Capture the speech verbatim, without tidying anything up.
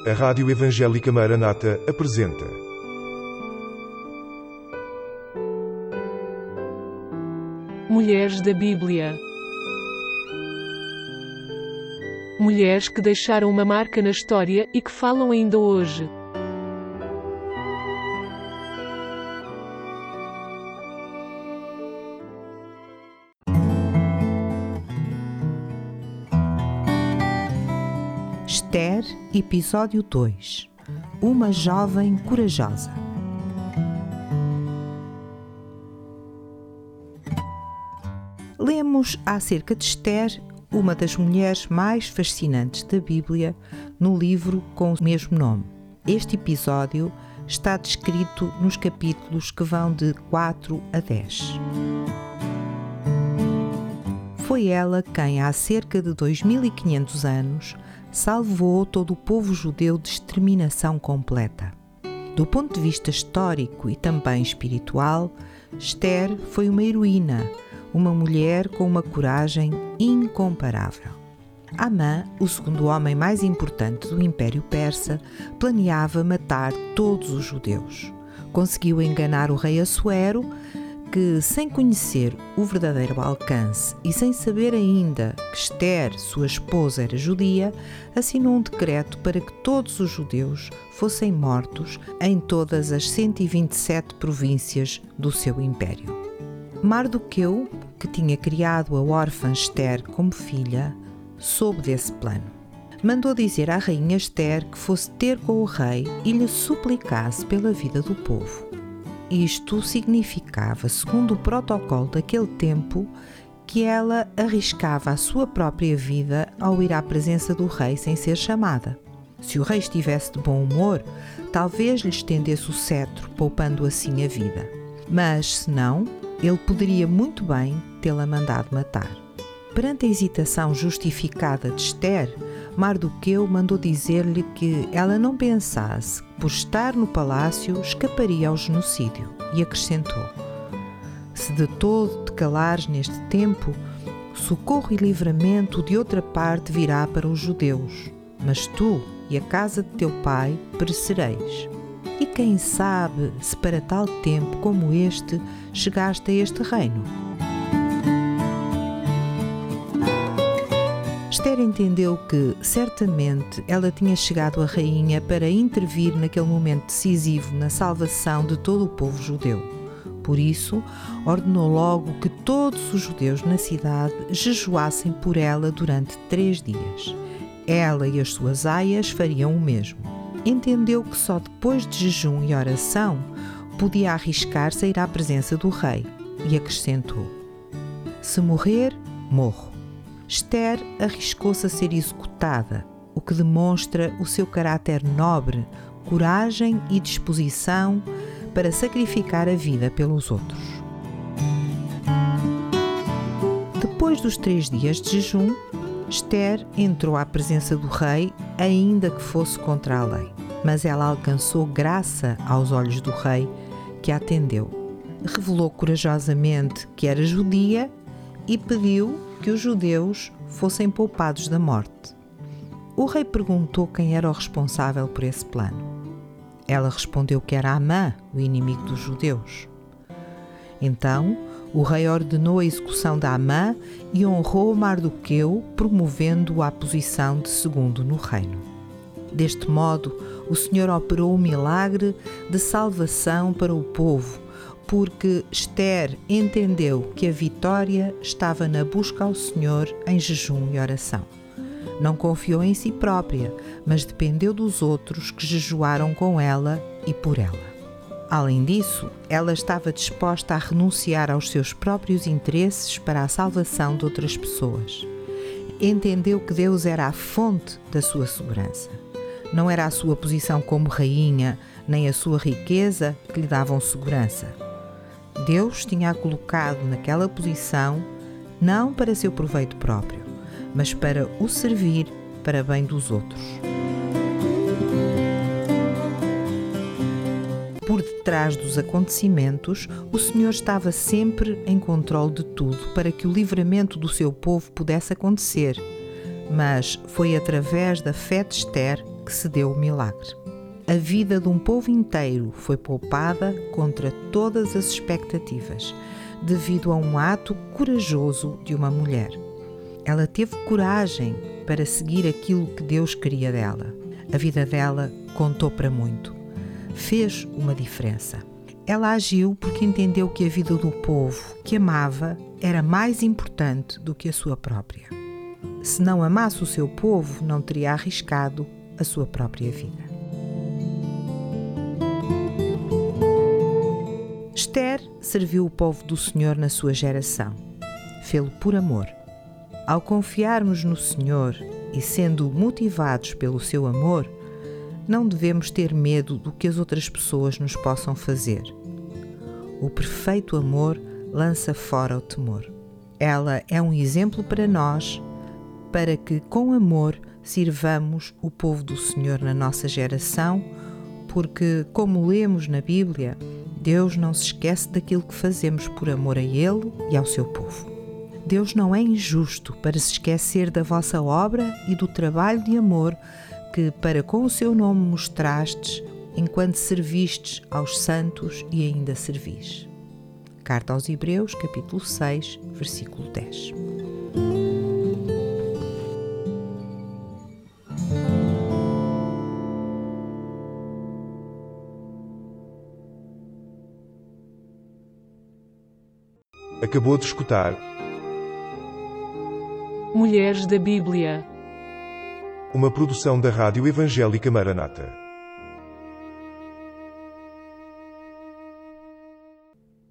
A Rádio Evangélica Maranata apresenta Mulheres da Bíblia. Mulheres que deixaram uma marca na história e que falam ainda hoje. Esther, episódio dois. Uma jovem corajosa. Lemos acerca de Esther, uma das mulheres mais fascinantes da Bíblia, no livro com o mesmo nome. Este episódio está descrito nos capítulos que vão de quatro a dez. Foi ela quem, há cerca de dois mil e quinhentos anos, salvou todo o povo judeu de exterminação completa. Do ponto de vista histórico e também espiritual, Esther foi uma heroína, uma mulher com uma coragem incomparável. Amã, o segundo homem mais importante do Império Persa, planeava matar todos os judeus. Conseguiu enganar o rei Assuero, que, sem conhecer o verdadeiro alcance e sem saber ainda que Esther, sua esposa, era judia, assinou um decreto para que todos os judeus fossem mortos em todas as cento e vinte e sete províncias do seu império. Mardoqueu, que tinha criado a órfã Esther como filha, soube desse plano. Mandou dizer à rainha Esther que fosse ter com o rei e lhe suplicasse pela vida do povo. Isto significava, segundo o protocolo daquele tempo, que ela arriscava a sua própria vida ao ir à presença do rei sem ser chamada. Se o rei estivesse de bom humor, talvez lhe estendesse o cetro, poupando assim a vida. Mas, se não, ele poderia muito bem tê-la mandado matar. Perante a hesitação justificada de Esther, Mardoqueu mandou dizer-lhe que ela não pensasse que, por estar no palácio, escaparia ao genocídio, e acrescentou: se de todo te calares neste tempo, socorro e livramento de outra parte virá para os judeus, mas tu e a casa de teu pai perecereis. E quem sabe se para tal tempo como este chegaste a este reino? Esther entendeu que, certamente, ela tinha chegado à rainha para intervir naquele momento decisivo na salvação de todo o povo judeu. Por isso, ordenou logo que todos os judeus na cidade jejuassem por ela durante três dias. Ela e as suas aias fariam o mesmo. Entendeu que só depois de jejum e oração podia arriscar-se a ir à presença do rei, e acrescentou: se morrer, morro. Esther arriscou-se a ser executada, o que demonstra o seu caráter nobre, coragem e disposição para sacrificar a vida pelos outros. Depois dos três dias de jejum, Esther entrou à presença do rei, ainda que fosse contra a lei. Mas ela alcançou graça aos olhos do rei, que a atendeu. Revelou corajosamente que era judia e pediu que os judeus fossem poupados da morte. O rei perguntou quem era o responsável por esse plano. Ela respondeu que era Amã, o inimigo dos judeus. Então, o rei ordenou a execução de Amã e honrou Mardoqueu, promovendo-o à posição de segundo no reino. Deste modo, o Senhor operou um milagre de salvação para o povo, porque Esther entendeu que a vitória estava na busca ao Senhor em jejum e oração. Não confiou em si própria, mas dependeu dos outros que jejuaram com ela e por ela. Além disso, ela estava disposta a renunciar aos seus próprios interesses para a salvação de outras pessoas. Entendeu que Deus era a fonte da sua segurança. Não era a sua posição como rainha, nem a sua riqueza que lhe davam segurança. Deus tinha-a colocado naquela posição não para seu proveito próprio, mas para o servir para bem dos outros. Por detrás dos acontecimentos, o Senhor estava sempre em controle de tudo para que o livramento do seu povo pudesse acontecer, mas foi através da fé de Esther que se deu o milagre. A vida de um povo inteiro foi poupada contra todas as expectativas, devido a um ato corajoso de uma mulher. Ela teve coragem para seguir aquilo que Deus queria dela. A vida dela contou para muito. Fez uma diferença. Ela agiu porque entendeu que a vida do povo que amava era mais importante do que a sua própria. Se não amasse o seu povo, não teria arriscado a sua própria vida. Esther serviu o povo do Senhor na sua geração. Fê-lo por amor. Ao confiarmos no Senhor e sendo motivados pelo seu amor, não devemos ter medo do que as outras pessoas nos possam fazer. O perfeito amor lança fora o temor. Ela é um exemplo para nós, para que com amor sirvamos o povo do Senhor na nossa geração, porque, como lemos na Bíblia, Deus não se esquece daquilo que fazemos por amor a Ele e ao seu povo. Deus não é injusto para se esquecer da vossa obra e do trabalho de amor que, para com o seu nome, mostrastes enquanto servistes aos santos e ainda servis. Carta aos Hebreus, capítulo seis, versículo dez. Acabou de escutar Mulheres da Bíblia. uma produção da Rádio Evangélica Maranata.